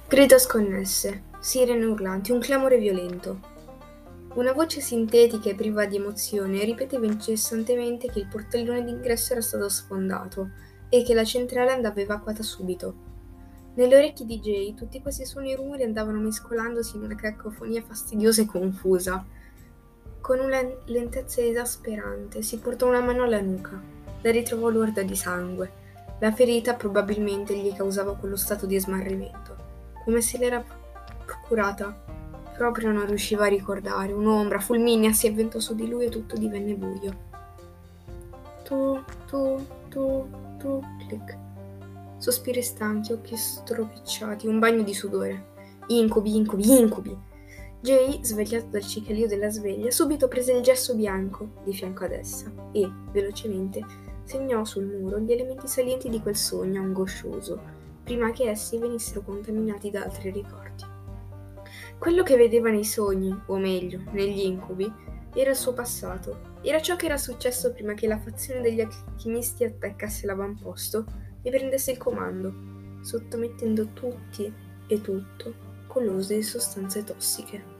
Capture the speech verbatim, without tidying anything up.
Grida sconnesse, sirene urlanti, un clamore violento. Una voce sintetica e priva di emozione ripeteva incessantemente che il portellone d'ingresso era stato sfondato e che la centrale andava evacuata subito. Nelle orecchie di Jay tutti questi suoni e rumori andavano mescolandosi in una cacofonia fastidiosa e confusa. Con una lentezza esasperante si portò una mano alla nuca. La ritrovò lorda di sangue. La ferita probabilmente gli causava quello stato di smarrimento, come se l'era procurata. Proprio non riusciva a ricordare. Un'ombra fulminea si avventò su di lui e tutto divenne buio. Tu, tu, tu, tu, clic. Sospiri stanchi, occhi stropicciati, un bagno di sudore. Incubi, incubi, incubi. Jay, svegliato dal cicalio della sveglia, subito prese il gesso bianco di fianco ad essa e, velocemente, segnò sul muro gli elementi salienti di quel sogno angoscioso, prima che essi venissero contaminati da altri ricordi. Quello che vedeva nei sogni, o meglio, negli incubi, era il suo passato. Era ciò che era successo prima che la fazione degli alchimisti attaccasse l'avamposto e prendesse il comando, sottomettendo tutti e tutto con l'uso di sostanze tossiche.